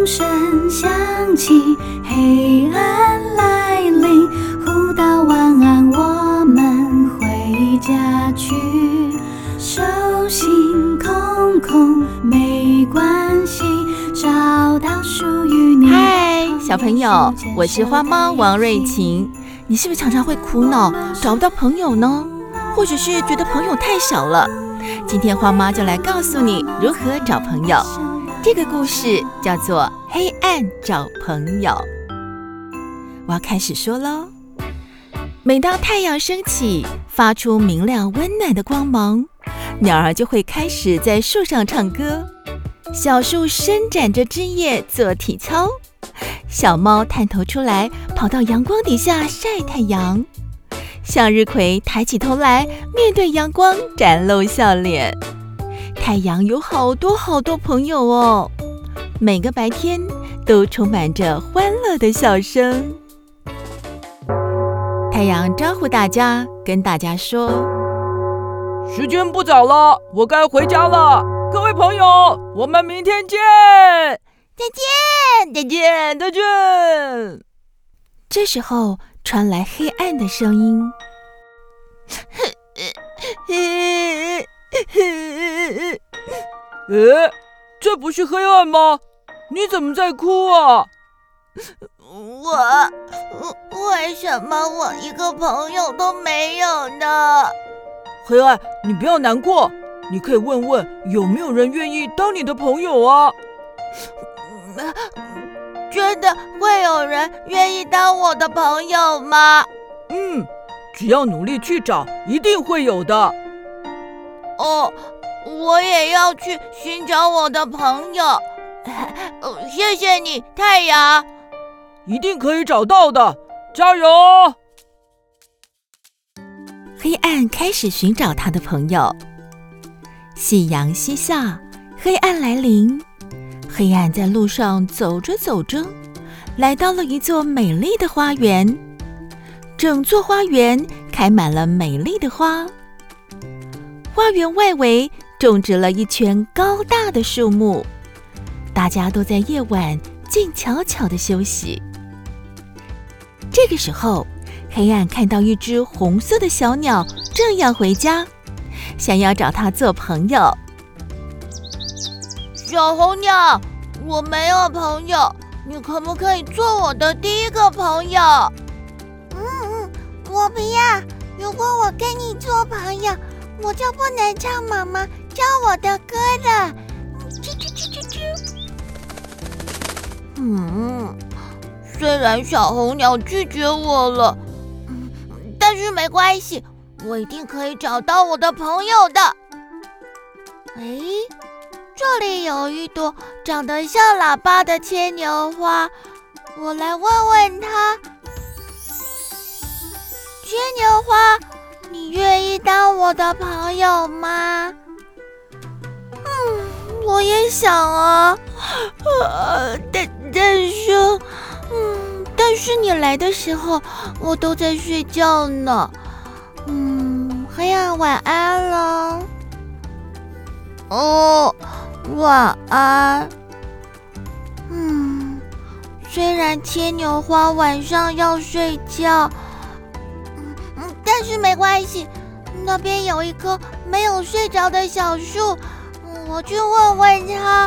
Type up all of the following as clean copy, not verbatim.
钟声响起，黑暗来临，互道晚安，我们回家去。手心空空没关系，找到属于你。 嗨，小朋友，我是花妈王瑞琴。你是不是常常会苦恼找不到朋友呢？或者是觉得朋友太少了？今天花妈就来告诉你如何找朋友。这个故事叫做《黑暗找朋友》。我要开始说咯。每当太阳升起，发出明亮温暖的光芒，鸟儿就会开始在树上唱歌，小树伸展着枝叶做体操，小猫探头出来跑到阳光底下晒太阳，向日葵抬起头来面对阳光展露笑脸。太阳有好多好多朋友哦，每个白天都充满着欢乐的笑声。太阳招呼大家，跟大家说： 时间不早了，我该回家了。各位朋友，我们明天见！ 再见， 再见，再见。 这时候传来黑暗的声音。 这不是黑暗吗？你怎么在哭啊？ 为什么我一个朋友都没有呢？ 黑暗，你不要难过，你可以问问有没有人愿意当你的朋友啊。 真的会有人愿意当我的朋友吗？ 只要努力去找，一定会有的。 哦，我也要去寻找我的朋友。谢谢你，太阳。 一定可以找到的，加油！ 黑暗开始寻找他的朋友。夕阳西下，黑暗来临。黑暗在路上走着走着，来到了一座美丽的花园。整座花园开满了美丽的花。花园外围种植了一圈高大的树木，大家都在夜晚静悄悄地休息。这个时候，黑暗看到一只红色的小鸟正要回家，想要找它做朋友。小红鸟，我没有朋友，你可不可以做我的第一个朋友？ 我不要。如果我跟你做朋友，我就不能唱妈妈教我的歌了。 虽然小红鸟拒绝我了，但是没关系，我一定可以找到我的朋友的。这里有一朵长得像喇叭的牵牛花，我来问问它。牵牛花，你愿意当我的朋友吗？我也想啊，但是你来的时候，我都在睡觉呢。黑暗晚安了。晚安。虽然牵牛花晚上要睡觉，但是没关系，那边有一棵没有睡着的小树，我去问问它。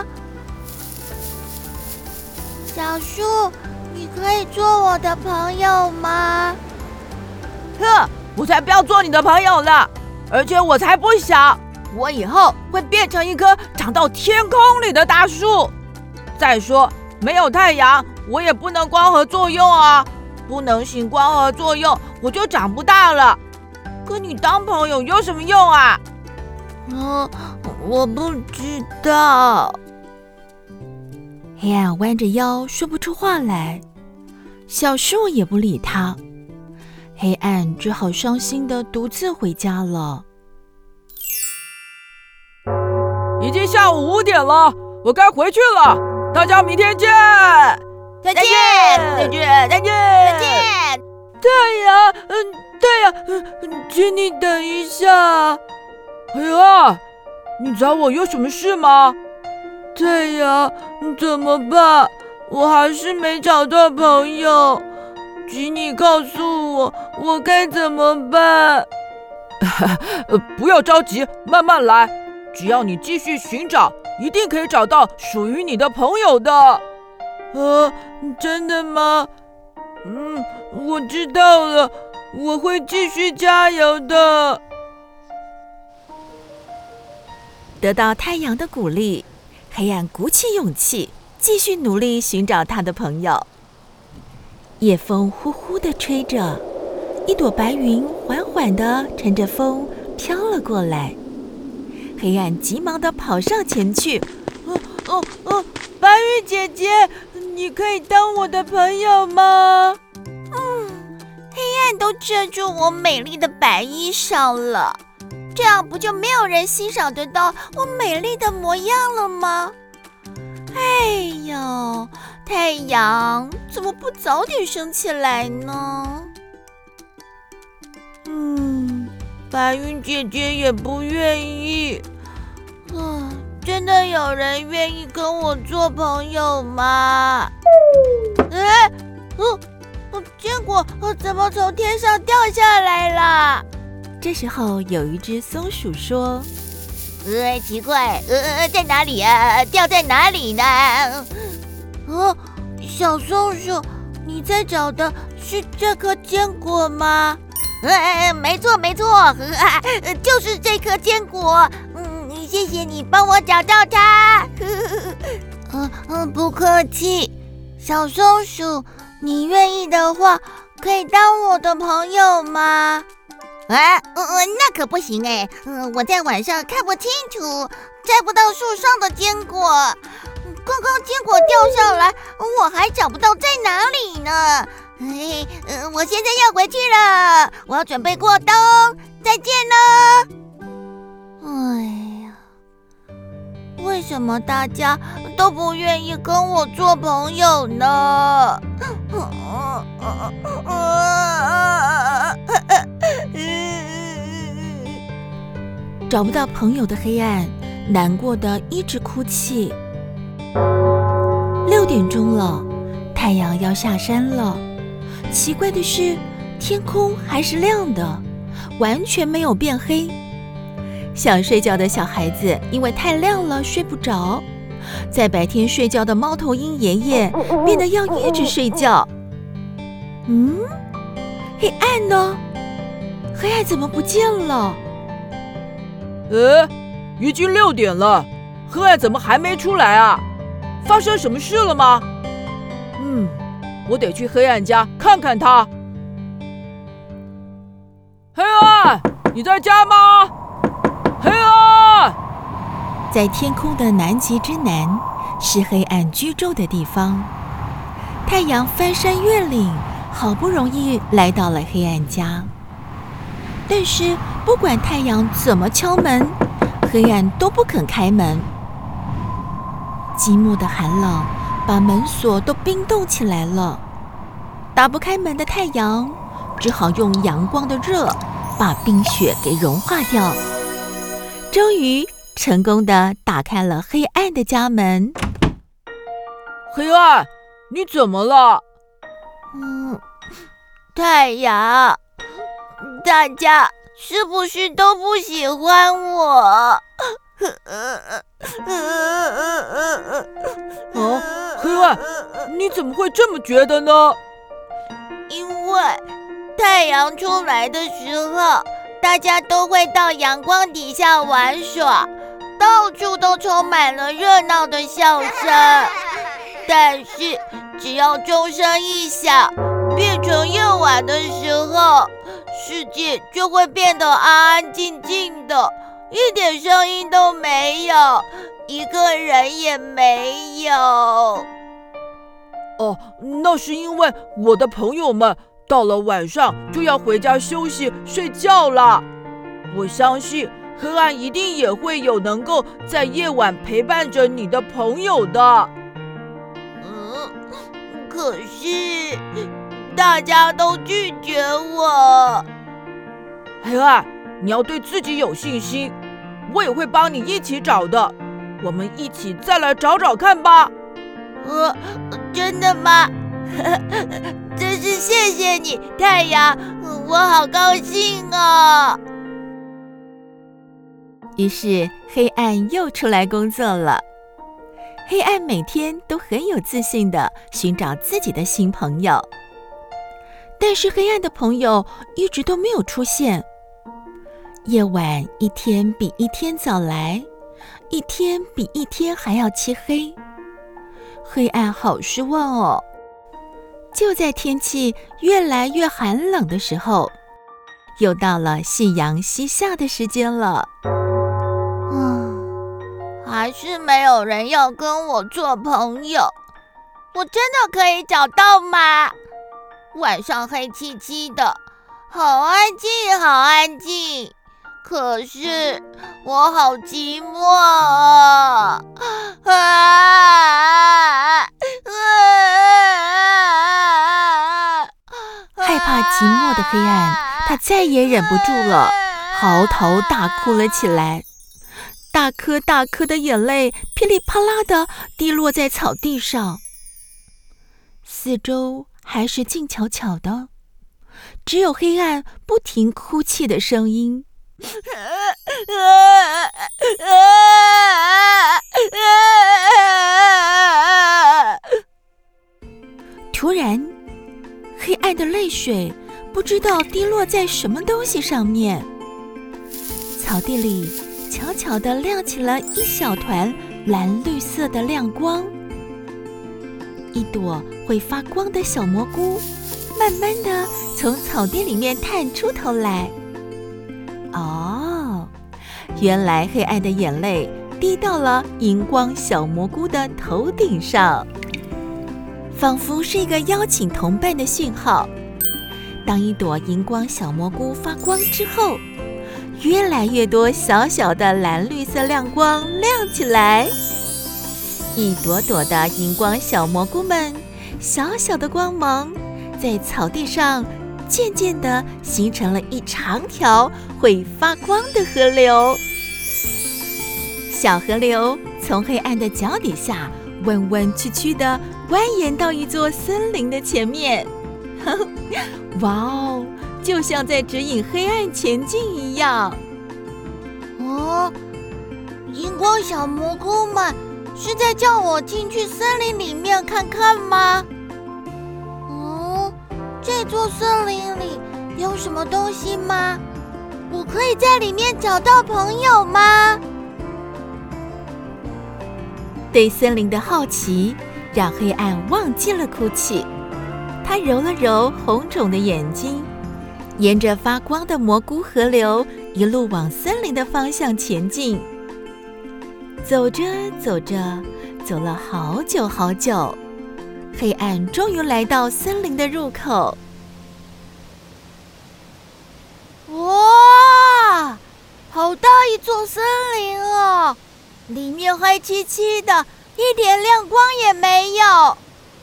小树，你可以做我的朋友吗？ 我才不要做你的朋友了，而且我才不想，我以后会变成一棵长到天空里的大树。再说，没有太阳，我也不能光合作用啊，不能行光合作用，我就长不大了。跟你当朋友有什么用啊？ 我不知道。黑暗弯着腰说不出话来，小树也不理他。黑暗只好伤心地独自回家了。 已经下午5点了，我该回去了。大家明天见！ 再见，再见，再见，再见。 太阳，请你等一下。黑暗，你找我有什么事吗？太阳，怎么办？ 我还是没找到朋友，请你告诉我，我该怎么办？不要着急，慢慢来。只要你继续寻找，一定可以找到属于你的朋友的。真的吗？我知道了，我会继续加油的。 得到太阳的鼓励，黑暗鼓起勇气，继续努力寻找他的朋友。夜风呼呼地吹着，一朵白云缓缓地乘着风飘了过来。黑暗急忙地跑上前去， 白云姐姐，你可以当我的朋友吗？ 黑暗都遮住我美丽的白衣裳了，这样不就没有人欣赏得到我美丽的模样了吗？哎呦，太阳怎么不早点升起来呢？ 白云姐姐也不愿意。 真的有人愿意跟我做朋友吗？坚果怎么从天上掉下来了？ 这时候有一只松鼠说： 奇怪，在哪里啊？掉在哪里呢？小松鼠，你在找的是这颗坚果吗？没错，就是这颗坚果。谢谢你帮我找到它。不客气。小松鼠，你愿意的话，可以当我的朋友吗？那可不行哎，我在晚上看不清楚，摘不到树上的坚果。刚刚坚果掉下来，我还找不到在哪里呢。我现在要回去了，我要准备过冬，再见了。为什么大家都不愿意跟我做朋友呢？ 找不到朋友的黑暗难过的一直哭泣。6点钟了，太阳要下山了。奇怪的是，天空还是亮的，完全没有变黑。想睡觉的小孩子因为太亮了睡不着，在白天睡觉的猫头鹰爷爷变得要一直睡觉。黑暗呢？黑暗怎么不见了？ 已经6点了，黑暗怎么还没出来啊？发生什么事了吗？我得去黑暗家看看他。黑暗，你在家吗？黑暗！ 在天空的南极之南，是黑暗居住的地方。太阳翻山越岭，好不容易来到了黑暗家。但是不管太阳怎么敲门，黑暗都不肯开门。寂寞的寒冷把门锁都冰冻起来了，打不开门的太阳只好用阳光的热把冰雪给融化掉。终于成功地打开了黑暗的家门。 黑暗，你怎么了？ 太阳，大家是不是都不喜欢我？ 黑暗，你怎么会这么觉得呢？ 因为太阳出来的时候，大家都会到阳光底下玩耍，到处都充满了热闹的笑声。但是只要钟声一响，变成夜晚的时候，世界就会变得安安静静的，一点声音都没有，一个人也没有。 那是因为我的朋友们到了晚上就要回家休息睡觉了。我相信黑暗一定也会有能够在夜晚陪伴着你的朋友的。 可是大家都拒绝我。 黑暗，你要对自己有信心，我也会帮你一起找的。我们一起再来找找看吧。 真的吗？真是谢谢你，太阳，我好高兴哦。 于是黑暗又出来工作了。黑暗每天都很有自信地寻找自己的新朋友，但是黑暗的朋友一直都没有出现。夜晚一天比一天早来，一天比一天还要漆黑。黑暗好失望哦。就在天气越来越寒冷的时候，又到了夕阳西下的时间了。 还是没有人要跟我做朋友，我真的可以找到吗？晚上黑漆漆的，好安静，好安静。可是我好寂寞啊！ 害怕寂寞的黑暗，他再也忍不住了，嚎啕大哭了起来。大颗大颗的眼泪噼里啪啦地滴落在草地上，四周还是静悄悄的，只有黑暗不停哭泣的声音。突然，黑暗的泪水不知道滴落在什么东西上面，草地里悄悄地亮起了一小团蓝绿色的亮光，一朵会发光的小蘑菇慢慢地从草地里面探出头来。哦，原来黑暗的眼泪滴到了荧光小蘑菇的头顶上，仿佛是一个邀请同伴的讯号。当一朵荧光小蘑菇发光之后，越来越多小小的蓝绿色亮光亮起来，一朵朵的荧光小蘑菇们，小小的光芒在草地上渐渐地形成了一长条会发光的河流。小河流从黑暗的脚底下弯弯曲曲地蜿蜒到一座森林的前面。哇哦，就像在指引黑暗前进一样。 荧光小蘑菇们是在叫我进去森林里面看看吗？这座森林里有什么东西吗？我可以在里面找到朋友吗？ 对森林的好奇让黑暗忘记了哭泣，他揉了揉红肿的眼睛，沿着发光的蘑菇河流一路往森林的方向前进。走着走着，走了好久好久，黑暗终于来到森林的入口。 哇，好大一座森林哦！里面黑漆漆的，一点亮光也没有。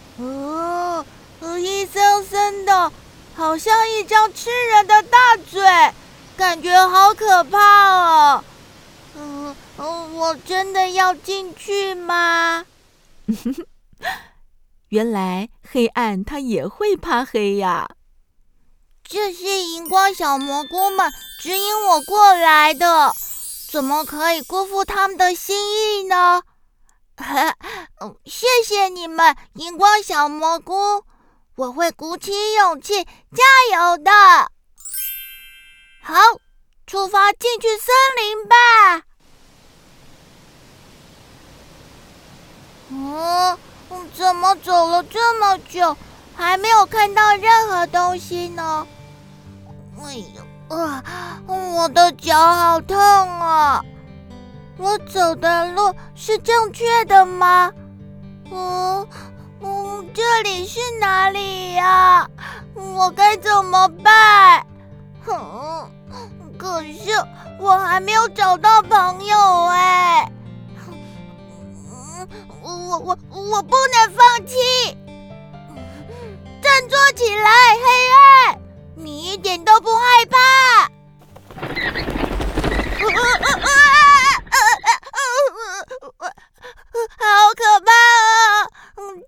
阴森森的，好像一张吃人的大嘴，感觉好可怕哦。我真的要进去吗？ 原来黑暗它也会怕黑呀。 这些荧光小蘑菇们指引我过来的，怎么可以辜负他们的心意呢？谢谢你们，荧光小蘑菇，我会鼓起勇气，加油的。好，出发进去森林吧。怎么走了这么久，还没有看到任何东西呢？哎呦，我的脚好痛啊！我走的路是正确的吗？这里是哪里呀？我该怎么办？可是我还没有找到朋友哎。我不能放弃，振作起来，黑暗，你一点都不害怕。好可怕啊！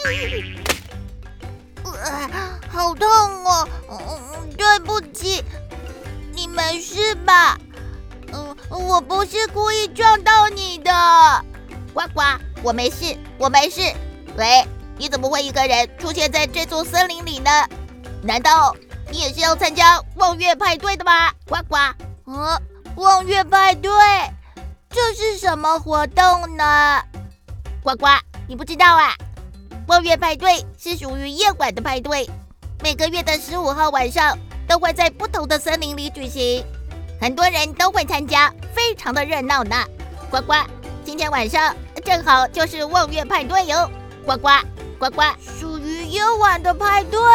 好痛哦！对不起，你没事吧？我不是故意撞到你的。呱呱，我没事，我没事。喂，你怎么会一个人出现在这座森林里呢？难道你也是要参加望月派对的吗？呱呱。望月派对，这是什么活动呢？呱呱，你不知道啊？望月派对是属于夜晚的派对，每个月的15号晚上都会在不同的森林里举行，很多人都会参加，非常的热闹呢。呱呱，今天晚上正好就是望月派对哟。呱呱呱呱，属于夜晚的派对。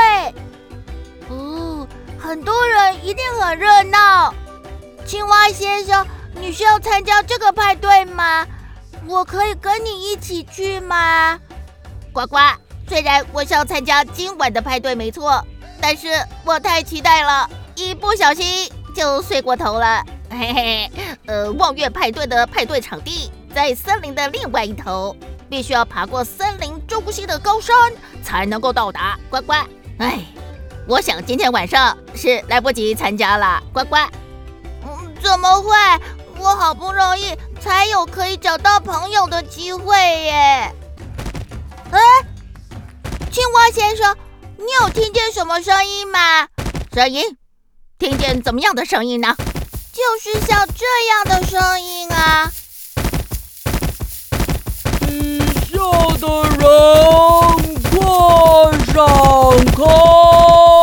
很多人一定很热闹。青蛙先生，你是要参加这个派对吗？我可以跟你一起去吗？呱呱，虽然我是要参加今晚的派对没错，但是我太期待了，一不小心就睡过头了。嘿嘿，望月派对的派对场地在森林的另外一头，必须要爬过森林中心的高山才能够到达。呱呱，我想今天晚上是来不及参加了。呱呱，怎么会？我好不容易才有可以找到朋友的机会耶！青蛙先生，你有听见什么声音吗？声音？听见怎么样的声音呢？就是像这样的声音啊！ 底下的人快闪开！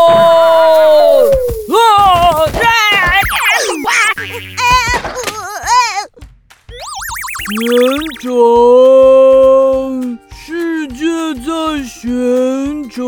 旋转，世界在旋转。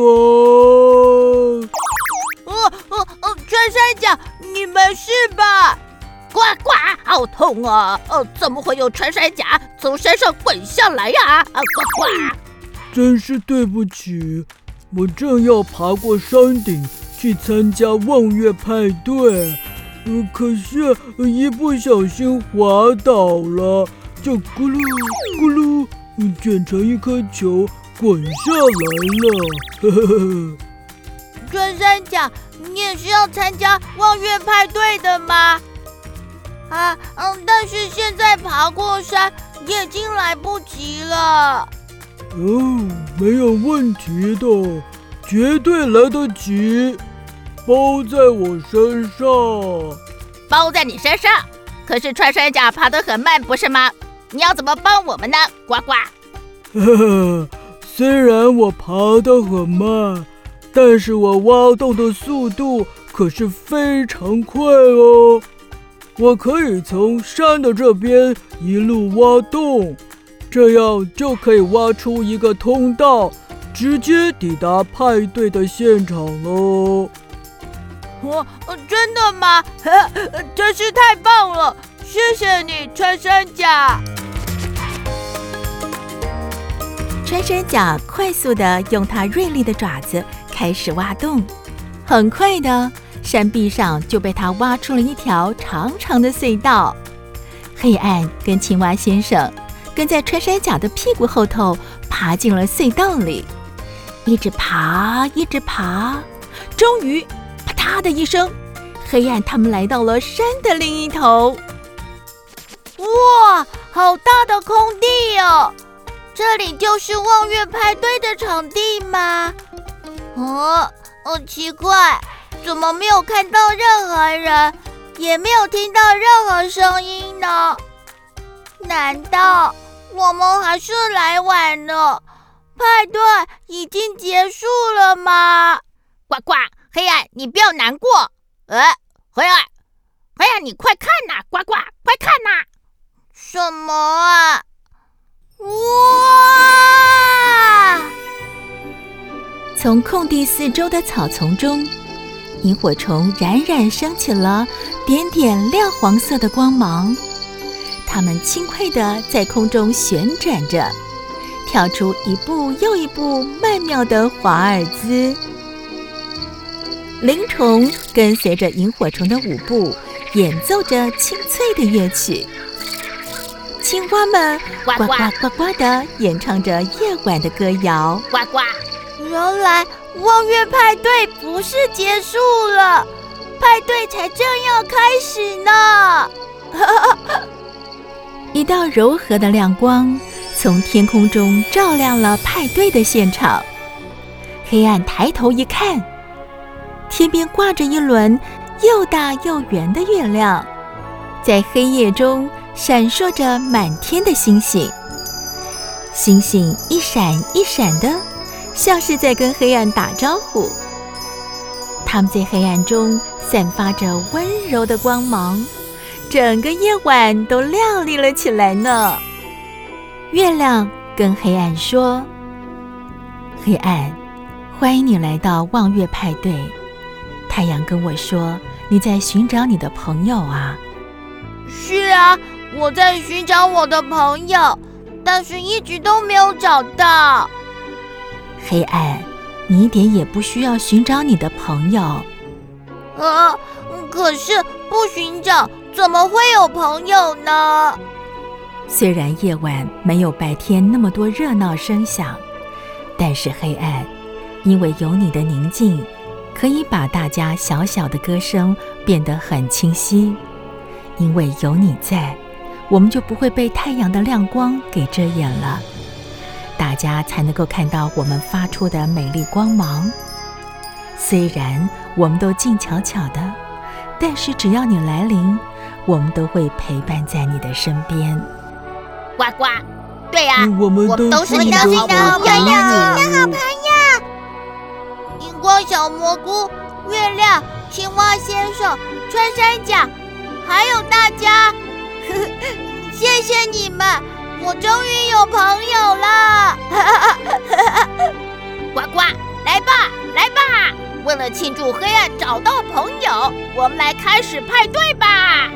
穿山甲，你没事吧？呱呱，好痛啊！怎么会有穿山甲从山上滚下来呀？呱呱！ 真是对不起，我正要爬过山顶去参加望月派对，可是一不小心滑倒了，就咕噜咕噜卷成一颗球滚下来了。呵呵呵。 穿山甲，你也是要参加望月派对的吗？但是现在爬过山已经来不及了。 没有问题的，绝对来得及。包在我身上。 包在你身上？可是穿山甲爬得很慢，不是吗？你要怎么帮我们呢？呱呱。 呵呵，虽然我爬得很慢，但是我挖洞的速度可是非常快哦。我可以从山的这边一路挖洞，这样就可以挖出一个通道，直接抵达派对的现场喽。 真的吗？真是太棒了！谢谢你，穿山甲。 穿山甲快速地用它锐利的爪子开始挖洞，很快的，山壁上就被它挖出了一条长长的隧道。黑暗跟青蛙先生跟在穿山甲的屁股后头爬进了隧道里，一直爬，一直爬，终于啪嗒的一声，黑暗他们来到了山的另一头。 哇，好大的空地哦！这里就是望月派对的场地吗？奇怪，怎么没有看到任何人，也没有听到任何声音呢？难道我们还是来晚了？派对已经结束了吗？呱呱，黑暗，你不要难过。黑暗，你快看呐！呱呱，快看呐！什么啊？哇！ 从空地四周的草丛中，萤火虫冉冉升起了点点亮黄色的光芒，它们轻快地在空中旋转着，跳出一步又一步曼妙的华尔兹。灵虫跟随着萤火虫的舞步，演奏着清脆的乐曲。 青蛙们呱呱呱呱地演唱着夜晚的歌谣。 呱呱！原来望月派对不是结束了，派对才正要开始呢。 一道柔和的亮光从天空中照亮了派对的现场。黑暗抬头一看，天边挂着一轮又大又圆的月亮，在黑夜中闪烁着满天的星星。星星一闪一闪的，像是在跟黑暗打招呼。它们在黑暗中散发着温柔的光芒，整个夜晚都亮丽了起来呢。月亮跟黑暗说：黑暗，欢迎你来到望月派对。太阳跟我说，你在寻找你的朋友啊。 是啊，我在寻找我的朋友，但是一直都没有找到。 黑暗，你一点也不需要寻找你的朋友。 可是不寻找怎么会有朋友呢？ 虽然夜晚没有白天那么多热闹声响，但是黑暗，因为有你的宁静，可以把大家小小的歌声变得很清晰。因为有你在，我们就不会被太阳的亮光给遮掩了，大家才能够看到我们发出的美丽光芒。虽然我们都静悄悄的，但是只要你来临，我们都会陪伴在你的身边。 呱呱，对呀， 我们都是你的好朋友。荧光小蘑菇、月亮、青蛙先生、穿山甲，还有大家，谢谢你们，我终于有朋友了。呱呱，来吧，来吧！为了庆祝黑暗找到朋友，我们来开始派对吧！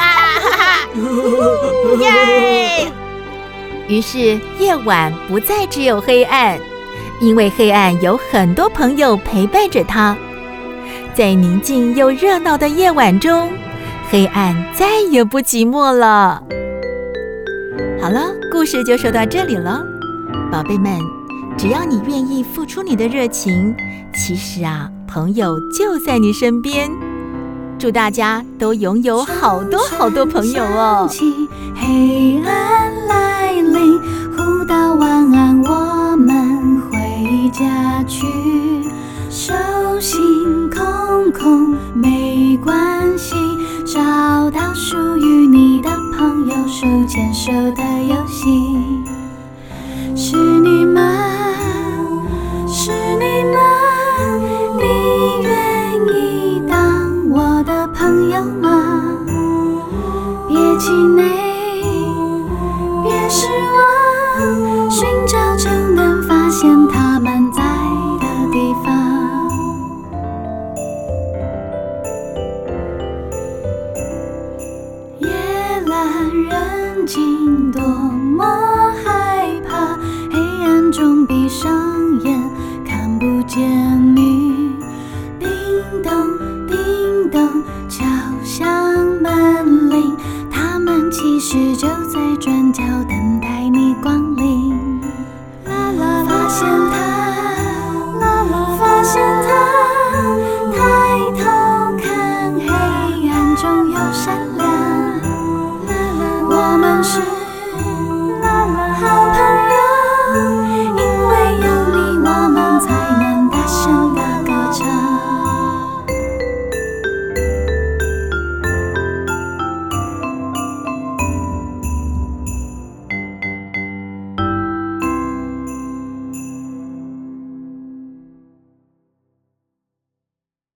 耶！ 于是夜晚不再只有黑暗，因为黑暗有很多朋友陪伴着他。在宁静又热闹的夜晚中，黑暗再也不寂寞了。好了，故事就说到这里了。宝贝们，只要你愿意付出你的热情，其实啊，朋友就在你身边。祝大家都拥有好多好多朋友哦。 黑暗来临，互道晚安，我们回家去。手心空空没关系，找到属于你的朋友，手牵手的游戏。是你们，是你们，你愿意当我的朋友吗？别气馁，别失望，寻找就能发现他们在的地方。夜阑人静，多么害怕，黑暗中闭上眼，看不见你。叮咚叮咚，敲响门铃，他们其实就在转角等待你光临。发现他，发现他，抬头看，黑暗中有闪亮。我们是